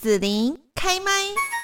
子琳开麦。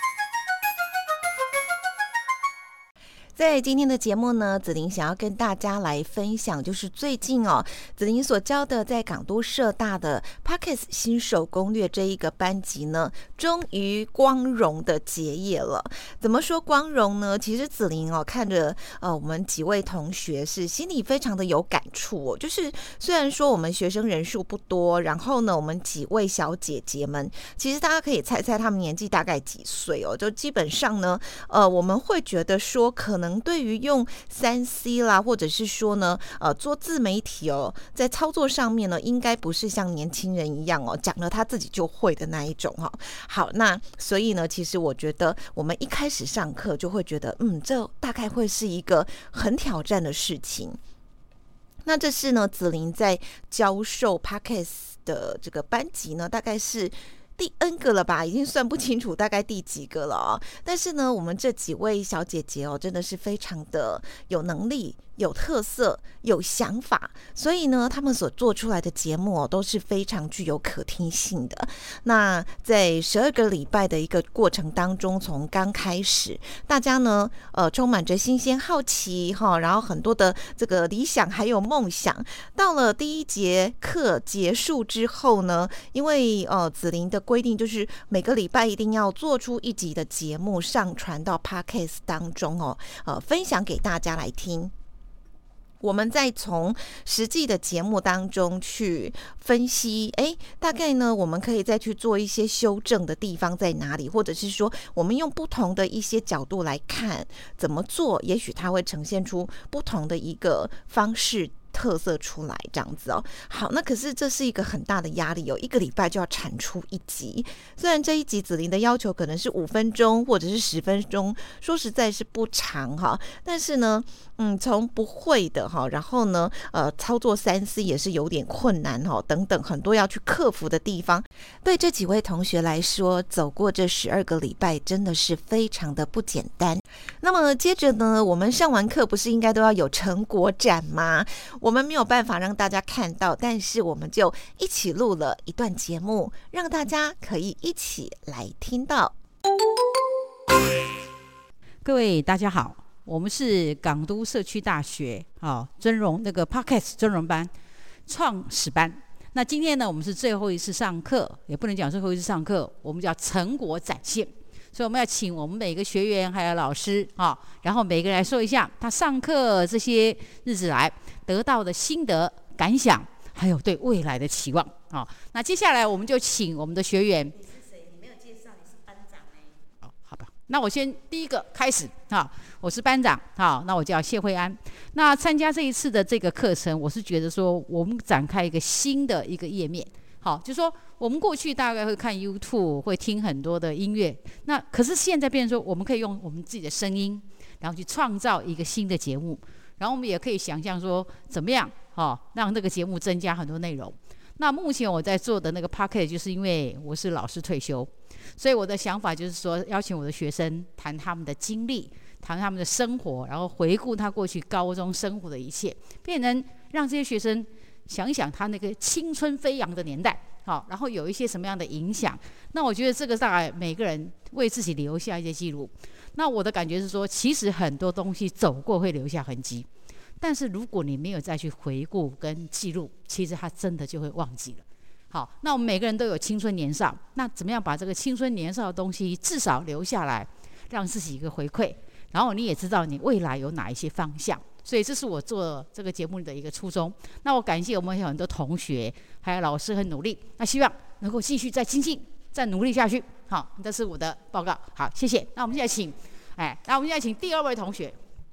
在今天的节目呢，子琳想要跟大家来分享，就是最近子琳所教的在港都社大的 Podcast 新手攻略这一个班级呢，终于光荣的结业了。怎么说光荣呢？其实子琳看着我们几位同学是心里非常的有感触就是虽然说我们学生人数不多，然后呢，我们几位小姐姐们，其实大家可以猜猜她们年纪大概几岁就基本上呢，我们会觉得说可能对于用 3C 啦，或者是说呢，做自媒体在操作上面呢，应该不是像年轻人一样讲了他自己就会的那一种好，那所以呢，其实我觉得我们一开始上课就会觉得，这大概会是一个很挑战的事情。那这是呢，子琳在教授 Podcast 的这个班级呢，大概是第 N 个了吧，已经算不清楚大概第几个了但是呢，我们这几位小姐姐真的是非常的有能力、有特色、有想法，所以呢，他们所做出来的节目都是非常具有可听性的。那在12个礼拜的一个过程当中，从刚开始，大家呢，充满着新鲜好奇然后很多的这个理想还有梦想。到了第一节课结束之后呢，因为子琳的规定就是每个礼拜一定要做出一集的节目上传到 Podcast 当中分享给大家来听。我们再从实际的节目当中去分析，大概呢，我们可以再去做一些修正的地方在哪里，或者是说，我们用不同的一些角度来看怎么做，也许它会呈现出不同的一个方式。特色出来这样子好，那可是这是一个很大的压力一个礼拜就要产出一集。虽然这一集子琳的要求可能是5分钟或者是10分钟，说实在是不长但是呢，从不会的然后呢，操作3C 也是有点困难等等很多要去克服的地方。对这几位同学来说，走过这12个礼拜真的是非常的不简单。那么接着呢，我们上完课不是应该都要有成果展吗？我们没有办法让大家看到，但是我们就一起录了一段节目，让大家可以一起来听到。 各位大家好，我们是港都社区大学尊荣那个 Podcast 尊荣班创始班。那今天呢，我们是最后一次上课，也不能讲最后一次上课，我们叫成果展现。所以我们要请我们每个学员还有老师然后每个人来说一下他上课这些日子来得到的心得感想，还有对未来的期望那接下来我们就请我们的学员。 你是谁？你没有介绍你是班长好吧，那我先第一个开始我是班长那我叫谢慧安。那参加这一次的这个课程，我是觉得说我们展开一个新的一个页面。就是说我们过去大概会看 YouTube， 会听很多的音乐，那可是现在变成说我们可以用我们自己的声音，然后去创造一个新的节目，然后我们也可以想象说怎么样让这个节目增加很多内容。那目前我在做的那个 Podcast， 就是因为我是老师退休，所以我的想法就是说邀请我的学生谈他们的经历，谈他们的生活，然后回顾他过去高中生活的一切，变成让这些学生想一想他那个青春飞扬的年代然后有一些什么样的影响。那我觉得这个大概每个人为自己留下一些记录。那我的感觉是说，其实很多东西走过会留下痕迹，但是如果你没有再去回顾跟记录，其实他真的就会忘记了。那我们每个人都有青春年少，那怎么样把这个青春年少的东西至少留下来，让自己一个回馈，然后你也知道你未来有哪一些方向。所以这是我做这个节目的一个初衷。那我感谢我们有很多同学还有老师很努力，那希望能够继续再精进再努力下去。这是我的报告。好，谢谢。那我们现在请第2位同学。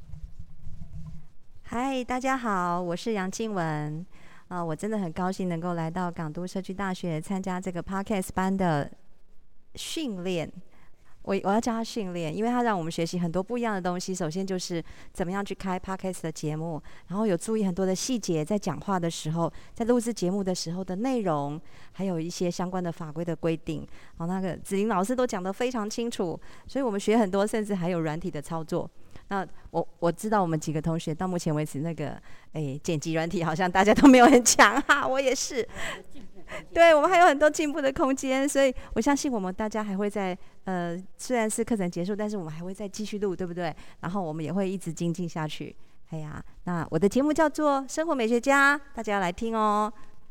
嗨，大家好，我是杨静文我真的很高兴能够来到港都社区大学参加这个 Podcast 班的训练。我要叫他训练，因为他让我们学习很多不一样的东西。首先就是怎么样去开 Podcast 的节目，然后有注意很多的细节，在讲话的时候，在录制节目的时候的内容，还有一些相关的法规的规定。那个子琳老师都讲得非常清楚，所以我们学很多，甚至还有软体的操作。那我知道我们几个同学到目前为止那个剪辑软体好像大家都没有很强我也是对，我们还有很多进步的空间，所以我相信我们大家还会在虽然是课程结束，但是我们还会再继续录，对不对？然后我们也会一直精进下去。哎呀，那我的节目叫做《生活美学家》，大家要来听哦。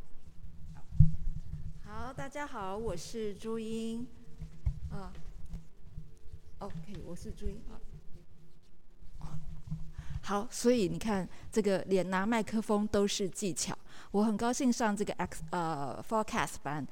好，大家好，我是朱茵。OK， 我是朱茵啊。好，所以你看，这个连拿麦克风都是技巧。我很高兴上这个Forecast 班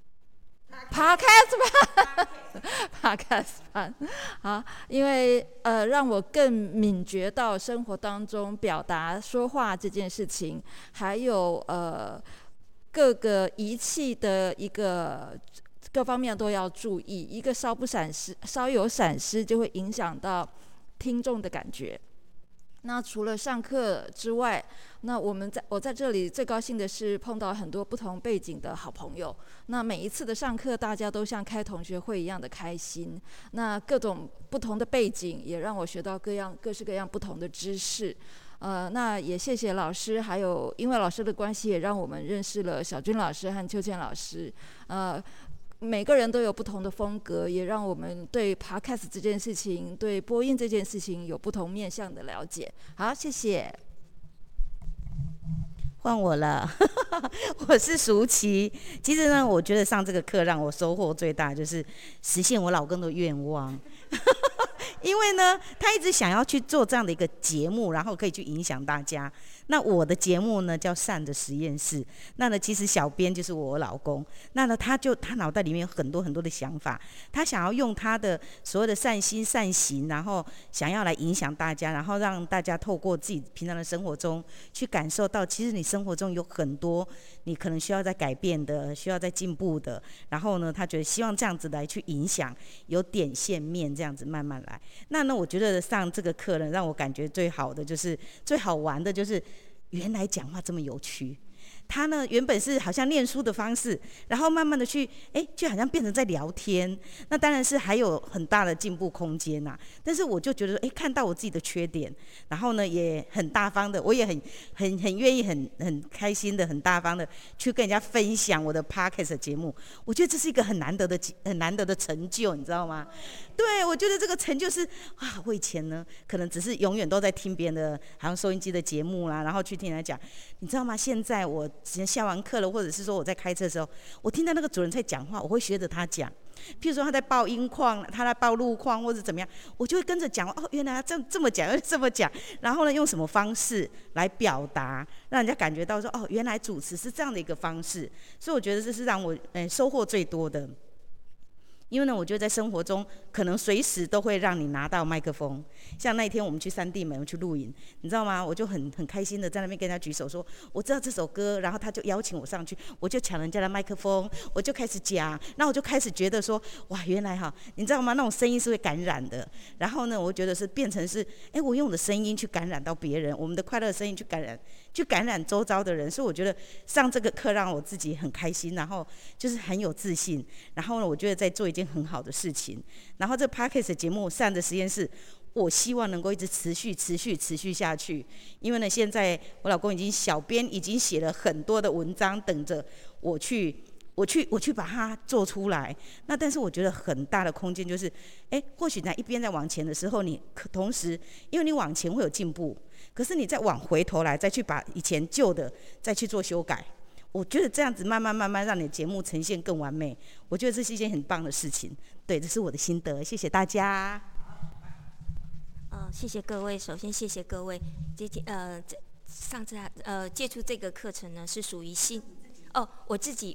，Podcast 班啊，因为让我更敏觉到生活当中表达说话这件事情，还有各个仪器的一个各方面都要注意，一个稍有闪失，就会影响到听众的感觉。那除了上课之外，那我在这里最高兴的是碰到很多不同背景的好朋友。那每一次的上课，大家都像开同学会一样的开心。那各种不同的背景也让我学到各式各样不同的知识。那也谢谢老师，还有因为老师的关系，也让我们认识了小军老师和秋倩老师。每个人都有不同的风格，也让我们对 Podcast 这件事情、对播音这件事情有不同面向的了解。好，谢谢。 换我了，我是淑琪。其实呢，我觉得上这个课让我收获最大，就是实现我老公的愿望。因为呢，他一直想要去做这样的一个节目，然后可以去影响大家。那我的节目呢叫善的实验室，那呢其实小编就是我老公。那呢他脑袋里面有很多很多的想法，他想要用他的所谓的善心善行，然后想要来影响大家，然后让大家透过自己平常的生活中去感受到，其实你生活中有很多你可能需要在改变的，需要在进步的。然后呢，他觉得希望这样子来去影响，有点线面这样子慢慢来。那呢，我觉得上这个课呢，让我感觉最好的就是最好玩的就是。原来讲话这么有趣，他呢原本是好像念书的方式，然后慢慢的去，就好像变成在聊天。那当然是还有很大的进步空间呐。但是我就觉得，看到我自己的缺点，然后呢也很大方的，我也很愿意很开心的，很大方的去跟人家分享我的 Podcast 节目。我觉得这是一个很难得的成就，你知道吗？对，我觉得这个成就是我以前呢，可能只是永远都在听别人的，好像收音机的节目啦，然后去听人家讲，你知道吗？现在我下完课了，或者是说我在开车的时候，我听到那个主人在讲话，我会学着他讲。譬如说他在报音况，他在报路况，或者怎么样，我就会跟着讲。原来他这么讲，这么讲，然后呢，用什么方式来表达，让人家感觉到说，原来主持是这样的一个方式。所以我觉得这是让我收获最多的。因为呢，我觉得在生活中可能随时都会让你拿到麦克风。像那一天我们去三地门去录影，你知道吗？我就很开心的在那边跟人家举手说，我知道这首歌，然后他就邀请我上去，我就抢人家的麦克风，我就开始讲，然后我就开始觉得说，哇，原来你知道吗？那种声音是会感染的。然后呢，我觉得是变成是，我用我的声音去感染到别人，我们的快乐的声音去感染周遭的人。所以我觉得上这个课让我自己很开心，然后就是很有自信。然后呢，我觉得在做一件很好的事情。然后这 Podcast 节目善的实验室，我希望能够一直持续下去。因为呢，现在我老公小编已经写了很多的文章，等着我去把它做出来。那但是我觉得很大的空间就是，或许在一边在往前的时候，你同时因为你往前会有进步，可是你再往回头来，再去把以前旧的再去做修改。我觉得这样子慢慢让你的节目呈现更完美，我觉得这是一件很棒的事情。对，这是我的心得，谢谢大家。 谢谢各位，首先谢谢各位。上次接触这个课程呢，是属于新。我自己，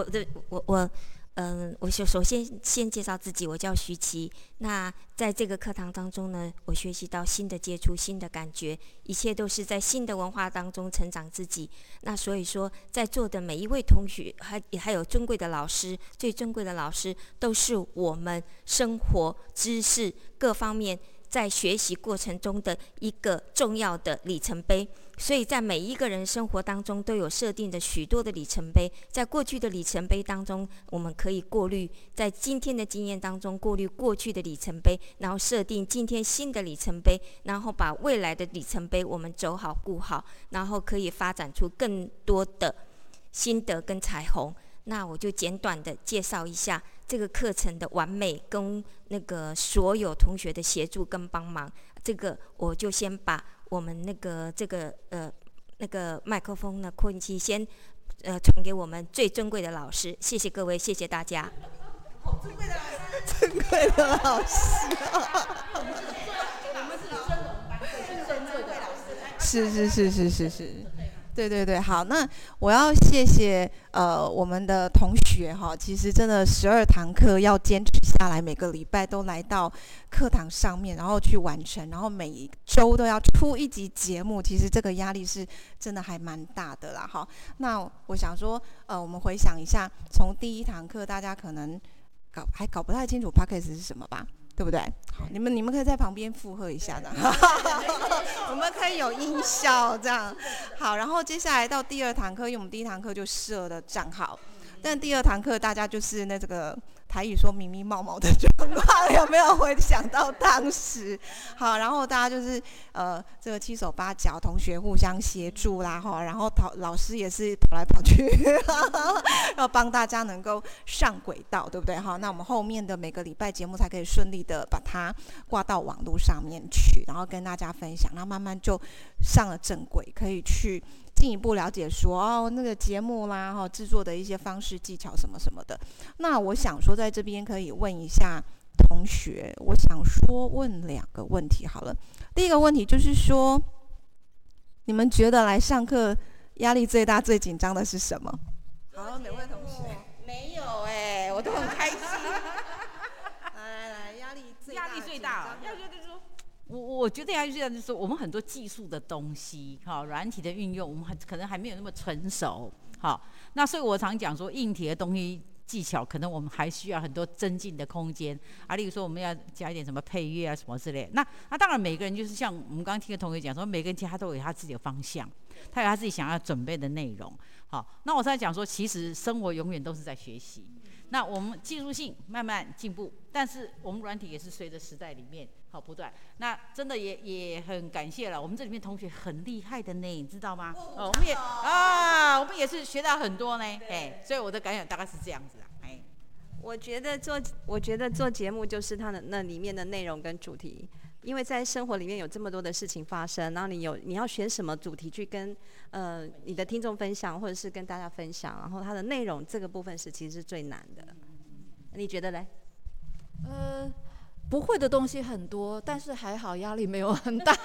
我首先介绍自己，我叫徐琪。那在这个课堂当中呢，我学习到新的接触、新的感觉，一切都是在新的文化当中成长自己。那所以说，在座的每一位同学，还有尊贵的老师，最尊贵的老师，都是我们生活知识各方面在学习过程中的一个重要的里程碑。所以在每一个人生活当中都有设定的许多的里程碑，在过去的里程碑当中，我们可以过滤，在今天的经验当中过滤过去的里程碑，然后设定今天新的里程碑，然后把未来的里程碑我们走好顾好，然后可以发展出更多的心得跟彩虹。 那我就简短的介绍一下这个课程的完美跟那个所有同学的协助跟帮忙。这个我就先把我们那个麦克风的扩音器先传给我们最尊贵的老师。谢谢各位，谢谢大家。 好尊贵的老师，尊贵的老师。是，对，好，那我要谢谢我们的同学哈，其实真的12堂课要坚持下来，每个礼拜都来到课堂上面，然后去完成，然后每一周都要出一集节目，其实这个压力是真的还蛮大的啦哈。那我想说我们回想一下，从第1堂课大家可能还搞不太清楚 Podcast 是什么吧，对不对？好，你们可以在旁边附和一下的，我们可以有音效这样。好，然后接下来到第2堂课，因为我们第1堂课就设了账号，但第2堂课大家就是这个台语说咪咪毛毛的状况，有没有回想到当时？好，然后大家就是这个7手8脚，同学互相协助啦哈，然后老师也是跑来跑去，要帮大家能够上轨道，对不对哈？那我们后面的每个礼拜节目才可以顺利的把它挂到网络上面去，然后跟大家分享，然后慢慢就上了正轨，可以去进一步了解说那个节目啦制作的一些方式技巧什么什么的。那我想说在这边可以问一下同学，我想说问2个问题好了。第一个问题就是说，你们觉得来上课压力最大最紧张的是什么？好，每位同学。 没有我都很开心。 来，压力最大，就是说我觉得压力最大就是说，我们很多技术的东西，软体的运用，我们可能还没有那么成熟，那所以我常讲说，硬体的东西技巧，可能我们还需要很多增进的空间啊。例如说，我们要加一点什么配乐啊什么之类的。那当然，每个人就是像我们刚刚听的同学讲说，每个人其实他都有他自己的方向，他有他自己想要准备的内容。好，那我在讲说，其实生活永远都是在学习。那我们技术性慢慢进步，但是我们软体也是随着时代里面不断。那真的也很感谢了，我们这里面同学很厉害的呢，你知道吗？我们也是学到很多呢，所以我的感想大概是这样子啦。 我觉得做节目就是它的那里面的内容跟主题，因为在生活里面有这么多的事情发生，然后你要选什么主题去跟你的听众分享，或者是跟大家分享，然后它的内容这个部分其实是最难的。你觉得嘞？ 不会的东西很多，但是还好压力没有很大。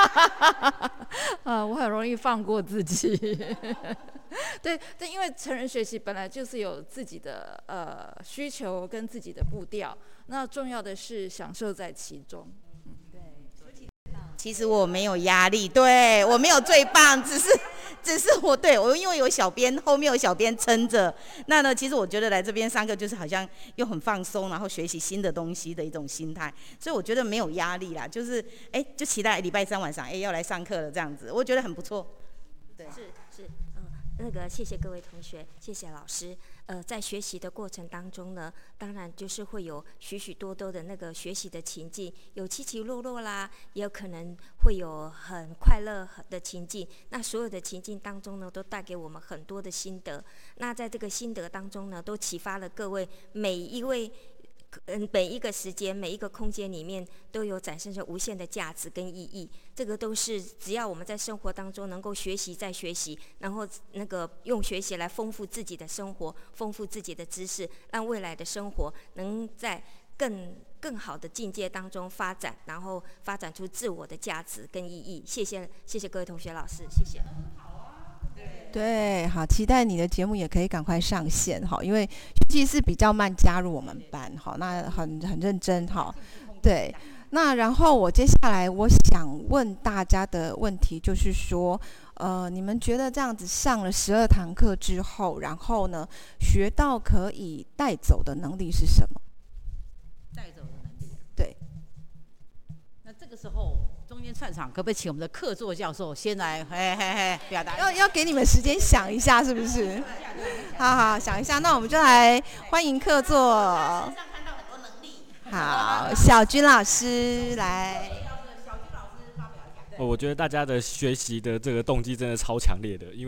我很容易放过自己。对，因为成人学习本来就是有自己的需求跟自己的步调，那重要的是享受在其中。 其实我没有压力，对，我没有最棒，只是我因为有小编，后面有小编撑着。那呢，其实我觉得来这边上课就是好像又很放松，然后学习新的东西的一种心态，所以我觉得没有压力啦，就是就期待礼拜3晚上要来上课了这样子，我觉得很不错。对， 是。那个谢谢各位同学，谢谢老师。在学习的过程当中呢，当然就是会有许许多多的那个学习的情境，有起起落落啦，也有可能会有很快乐的情境。那所有的情境当中呢，都带给我们很多的心得。那在这个心得当中呢，都启发了各位每一个时间、每一个空间里面都有展现出无限的价值跟意义。这个都是只要我们在生活当中能够学习再学习，然后那个用学习来丰富自己的生活，丰富自己的知识，让未来的生活能在更好的境界当中发展，然后发展出自我的价值跟意义。谢谢各位同学老师，谢谢。 对，好，期待你的节目也可以赶快上线哈，因为其实是比较慢加入我们班，好，那很认真哈，对。那然后我接下来我想问大家的问题就是说，你们觉得这样子上了12堂课之后，然后呢，学到可以带走的能力是什么？ 带走的能力。 对。 那这个时候中间串场，可不可以请我们的客座教授先来表达？ 要给你们时间想一下，是不是？好，想一下。那我们就来欢迎客座。好，小军老师来。 我觉得大家的学习的这个动机真的超强烈的，因为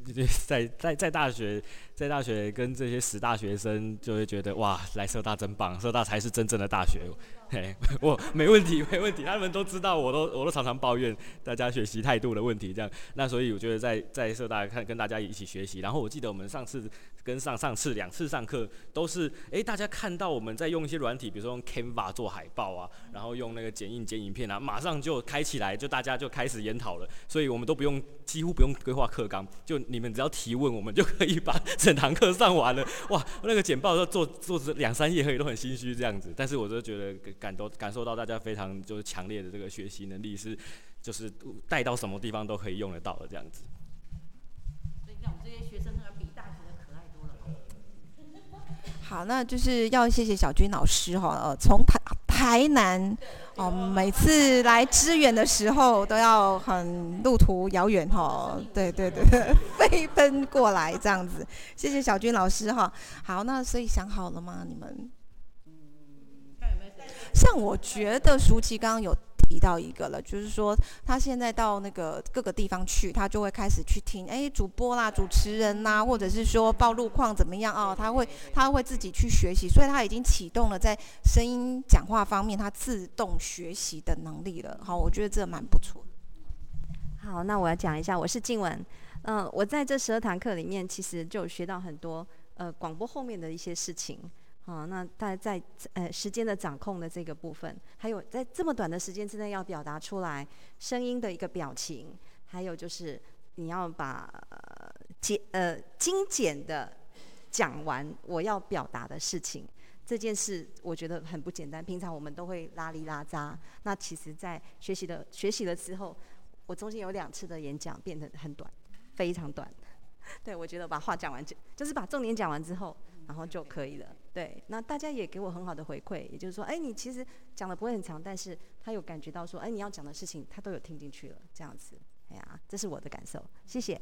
在大学跟这些死大学生就会觉得哇，来社大真棒，社大才是真正的大学。嘿，我没问题，他们都知道，我都常常抱怨大家学习态度的问题，这样。那所以我觉得在社大跟大家一起学习。然后我记得我们上次跟上次2次上课都是，大家看到我们在用一些软体，比如说用 Canva 做海报啊，然后用那个剪影片啊，马上就开起来，就大家就开始研讨了。所以我们都几乎不用规划课纲，就你们只要提问，我们就可以把整堂课上完了。哇，那个简报都做2-3页而已，都很心虚这样子。但是我就觉得感受到大家非常就是强烈的这个学习能力就是带到什么地方都可以用得到的这样子。 所以像我们这些学生比大学的可爱多了。 好，那就是要谢谢小军老师哈，从台南每次来支援的时候都要很路途遥远哈，对，飞奔过来这样子，谢谢小军老师哈。好，那所以想好了吗？你们？像我觉得舒淇刚刚有提到一个了，就是说他现在到那个各个地方去，他就会开始去听，主播啦、主持人啦，或者是说报路况怎么样哦，他会自己去学习，所以他已经启动了在声音讲话方面他自动学习的能力了。好，我觉得这蛮不错的。 好，那我要讲一下，我是静雯。我在这12堂课里面，其实就有学到很多广播后面的一些事情。那大家在时间的掌控的这个部分，还有在这么短的时间之内要表达出来声音的一个表情，还有就是你要把精简的讲完我要表达的事情。这件事我觉得很不简单，平常我们都会拉里拉扎，那其实在学习了之后，我中间有2次的演讲变得很短，非常短。对，我觉得把话讲完就是把重点讲完之后，然后就可以了。对，那大家也给我很好的回馈，也就是说，你其实讲的不会很长，但是他有感觉到说，你要讲的事情他都有听进去了，这样子。这是我的感受，谢谢。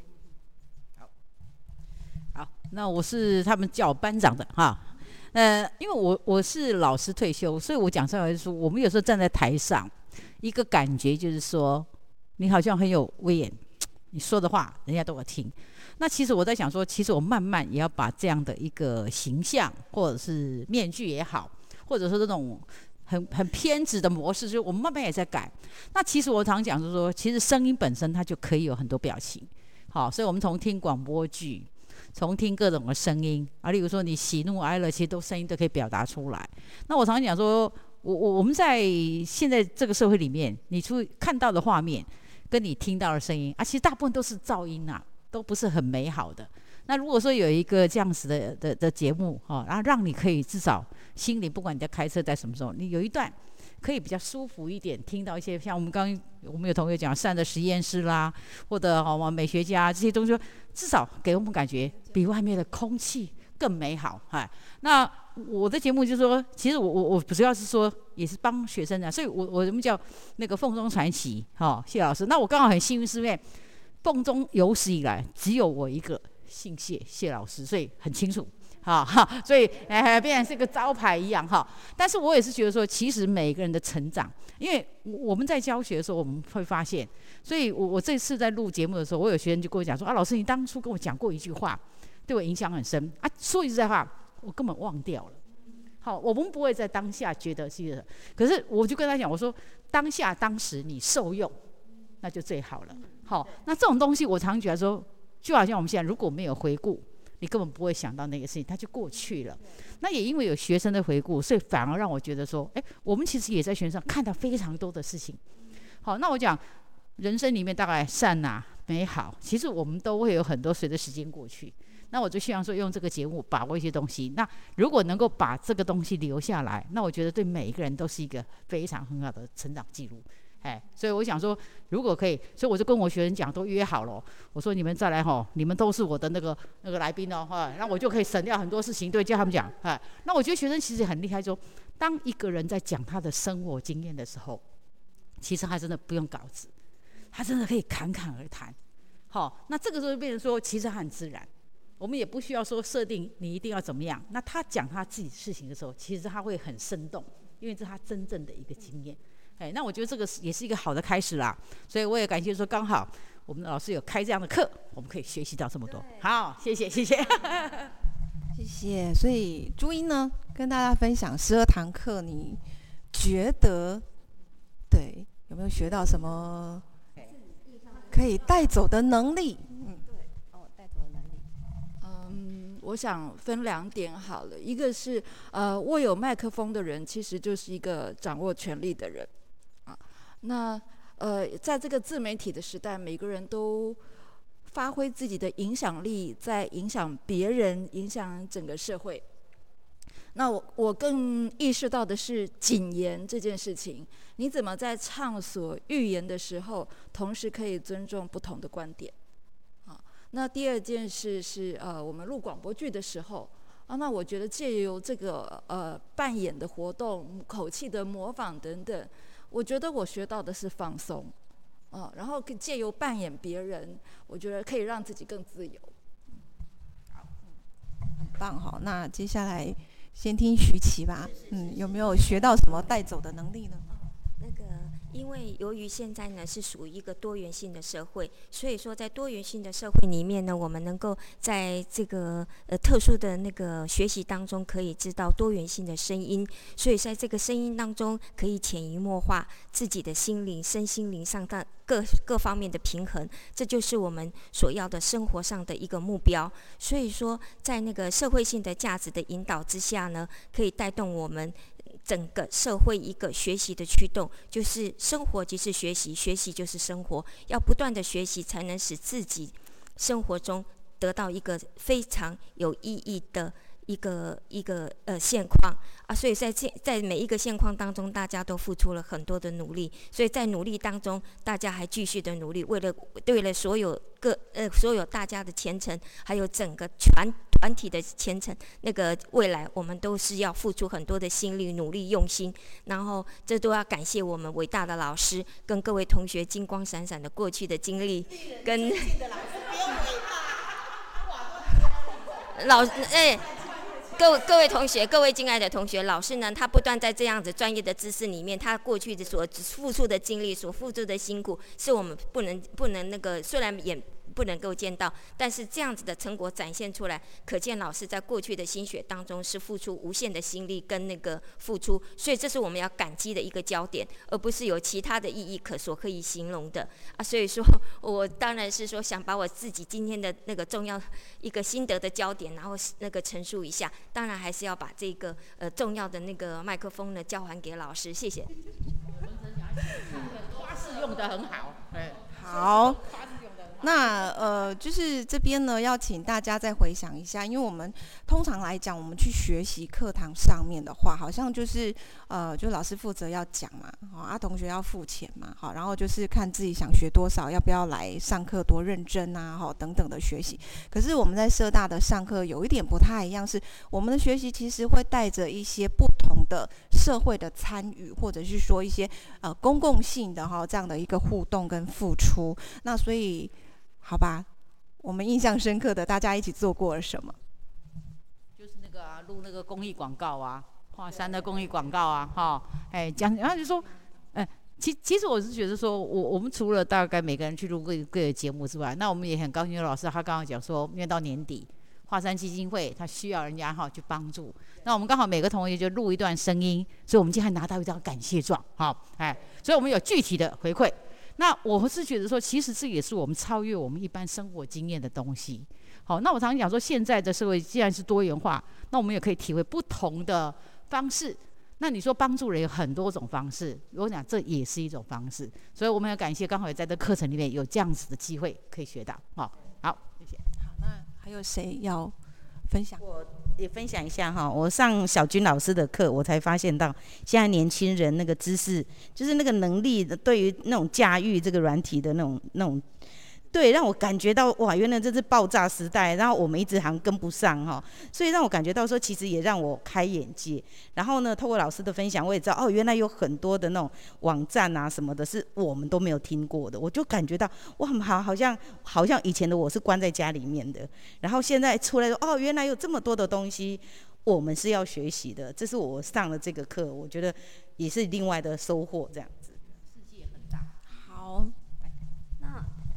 好，那我是他们叫我班长的哈。因为我是老师退休，所以我讲出来说，我们有时候站在台上，一个感觉就是说，你好像很有威严，你说的话人家都有听。那其实我在想说，其实我慢慢也要把这样的一个形象，或者是面具也好，或者说这种很偏执的模式，就是我们慢慢也在改。那其实我常讲就是说，其实声音本身它就可以有很多表情。好，所以我们从听广播剧，从听各种的声音啊，例如说你喜怒哀乐，其实都声音都可以表达出来。那我常讲说，我们在现在这个社会里面，你看到的画面跟你听到的声音其实大部分都是噪音啊，都不是很美好的。那如果说有一个这样子的节目然后让你可以至少心里，不管你在开车在什么时候，你有一段可以比较舒服一点，听到一些像我们有同学讲善的实验室啦，或者美学家这些东西，至少给我们感觉比外面的空气更美好。那我的节目就是说，其实我主要是说也是帮学生的，所以我们叫那个凤中传奇谢老师。那我刚好很幸运，是因为凤中有史以来只有我一个姓谢老师，所以很清楚所以变成是个招牌一样但是我也是觉得说，其实每个人的成长，因为我们在教学的时候，我们会发现，所以我这次在录节目的时候，我有学生就跟我讲说老师，你当初跟我讲过一句话，对我影响很深说实在话，我根本忘掉了。我们不会在当下觉得是，可是我就跟他讲，我说当时你受用，那就最好了。那这种东西我常觉得说，就好像我们现在如果没有回顾，你根本不会想到那个事情，它就过去了。那也因为有学生的回顾，所以反而让我觉得说，我们其实也在学生上看到非常多的事情。那我讲人生里面大概善美好，其实我们都会有很多随着时间过去。那我就希望说，用这个节目把握一些东西。那如果能够把这个东西留下来，那我觉得对每一个人都是一个非常很好的成长记录。所以我想说，如果可以，所以我就跟我学生讲，都约好了。我说你们再来你们都是我的那个来宾那我就可以省掉很多事情，对，叫他们讲那我觉得学生其实很厉害说，当一个人在讲他的生活经验的时候，其实他真的不用稿子，他真的可以侃侃而谈。那这个时候就变成说，其实他很自然，我们也不需要说设定你一定要怎么样。那他讲他自己事情的时候，其实他会很生动，因为这是他真正的一个经验。那我觉得这个也是一个好的开始啦，所以我也感谢说，刚好我们的老师有开这样的课，我们可以学习到这么多。好，谢谢，谢谢。 谢谢。所以朱茵呢，跟大家分享12堂课，你觉得对有没有学到什么可以带走的能力？ 带走的能力。 我想分2点好了，一个是握有麦克风的人，其实就是一个掌握权力的人啊。那在这个自媒体的时代，每个人都发挥自己的影响力，在影响别人，影响整个社会。那我更意识到的是谨言这件事情，你怎么在畅所欲言的时候，同时可以尊重不同的观点。那第2件事是我们录广播剧的时候那我觉得借由这个扮演的活动、口气的模仿等等，我觉得我学到的是放松然后借由扮演别人，我觉得可以让自己更自由。 很棒哈。那接下来先听徐琦吧，有没有学到什么带走的能力呢？ 因为由于现在呢是属于一个多元性的社会，所以说在多元性的社会里面呢，我们能够在这个特殊的那个学习当中，可以知道多元性的声音，所以在这个声音当中，可以潜移默化自己的心灵、身心灵上的各方面的平衡，这就是我们所要的生活上的一个目标。所以说，在那个社会性的价值的引导之下呢，可以带动我们整个社会一个学习的驱动，就是生活即是学习，学习就是生活，要不断的学习，才能使自己生活中得到一个非常有意义的一个现况所以在每一个现况当中，大家都付出了很多的努力，所以在努力当中，大家还继续的努力，为了所有大家的前程，还有整个团体的前程，那个未来，我们都是要付出很多的心力、努力、用心，然后这都要感谢我们伟大的老师跟各位同学金光闪闪的过去的经历，跟各位同学，各位敬爱的同学，老师呢，他不断在这样子专业的知识里面，他过去的所付出的精力，所付出的辛苦，是我们不能那个，虽然也不能够见到，但是这样子的成果展现出来，可见老师在过去的心血当中是付出无限的心力跟那个付出，所以这是我们要感激的一个焦点，而不是有其他的意义可以形容的所以说我当然是说想把我自己今天的那个重要一个心得的焦点，然后那个陈述一下，当然还是要把这个重要的那个麦克风呢交还给老师，谢谢。 花式用得很好， 好。那就是这边呢，要请大家再回想一下，因为我们通常来讲，我们去学习课堂上面的话，好像就是就老师负责要讲嘛，同学要付钱嘛，好，然后就是看自己想学多少，要不要来上课多认真啊，等等的学习。可是我们在社大的上课有一点不太一样，是我们的学习其实会带着一些不同的社会的参与，或者是说一些公共性的这样的一个互动跟付出。那所以好吧，我们印象深刻的，大家一起做过了什么？ 就是那个录那个公益广告华山的公益广告讲，然后就说，其实我是觉得说，我们除了大概每个人去录各个节目之外，那我们也很高兴，有老师他刚刚讲说，因为到年底，华山基金会他需要人家去帮助，那我们刚好每个同学就录一段声音，所以我们今天还拿到一张感谢状，所以我们有具体的回馈。那我是觉得说，其实这也是我们超越我们一般生活经验的东西。好，那我常常讲说，现在的社会既然是多元化，那我们也可以体会不同的方式。那你说帮助人有很多种方式，我讲这也是一种方式。所以我们要感谢，刚好也在这课程里面有这样子的机会可以学到。好，谢谢。 好，那还有谁要分享？ 我也分享一下我上小军老师的课，我才发现到现在年轻人那个知识，就是那个能力，对于那种驾驭这个软体的那种，对，让我感觉到哇，原来这是爆炸时代，然后我们一直好像跟不上所以让我感觉到说，其实也让我开眼界。然后呢，透过老师的分享，我也知道原来有很多的那种网站啊什么的，是我们都没有听过的。我就感觉到哇，好像以前的我是关在家里面的，然后现在出来说原来有这么多的东西，我们是要学习的。这是我上了这个课，我觉得也是另外的收获，这样子。 世界很大。 好。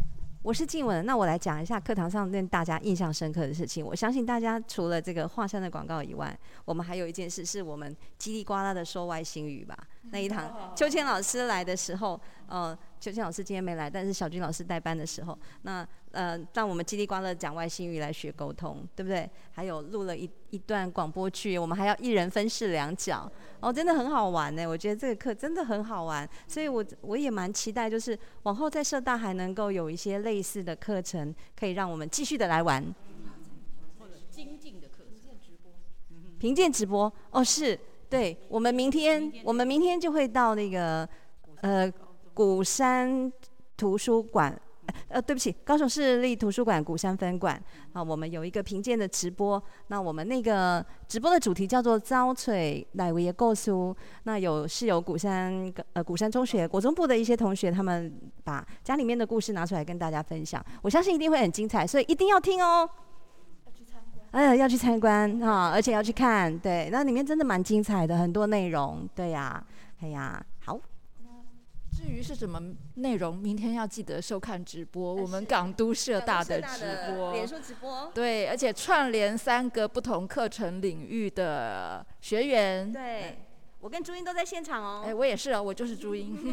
我是静雯，那我来讲一下课堂上令大家印象深刻的事情。我相信大家除了这个华山的广告以外，我们还有一件事是我们叽里呱啦的说外星语吧。那一堂秋千老师来的时候，秋千老师今天没来，但是小军老师带班的时候，那让我们叽里呱啦讲外星语来学沟通，对不对？还有录了一段广播剧，我们还要一人分饰2角，真的很好玩呢。我觉得这个课真的很好玩，所以我也蛮期待，就是往后在社大还能够有一些类似的课程，可以让我们继续的来玩。 或者精进的课程， 评鉴直播是。对，我们明天就会到那个鼓山图书馆，对不起，高雄市立图书馆鼓山分馆啊，我们有一个评鉴的直播。那我们那个直播的主题叫做招翠来维的故事，那有鼓山中学国中部的一些同学，他们把家里面的故事拿出来跟大家分享，我相信一定会很精彩，所以一定要听哦。要去参观啊，而且要去看，对，那里面真的蛮精彩的，很多内容，对呀，好。 至于是什么内容，明天要记得收看直播，我们港都社大的直播， 脸书直播， 对，而且串联3个不同课程领域的学员， 对，我跟朱茵都在现场哦。 我也是哦，我就是朱茵。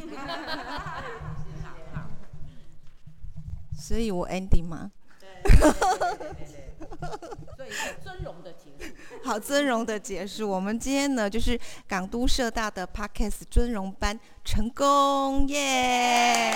所以我 ending 吗？ 所以尊荣的结束。 好，尊荣的结束。我们今天呢，就是港都社大的 Podcast 尊荣班成功耶！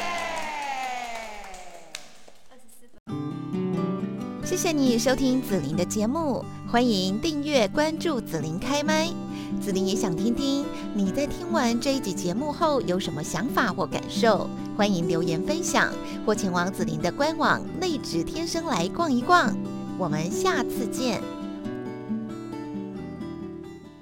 谢谢你收听子琳的节目，欢迎订阅关注子琳开麦。子琳也想听听你在听完这一集节目后有什么想法或感受，欢迎留言分享，或前往子琳的官网内指天生来逛一逛。我们下次见。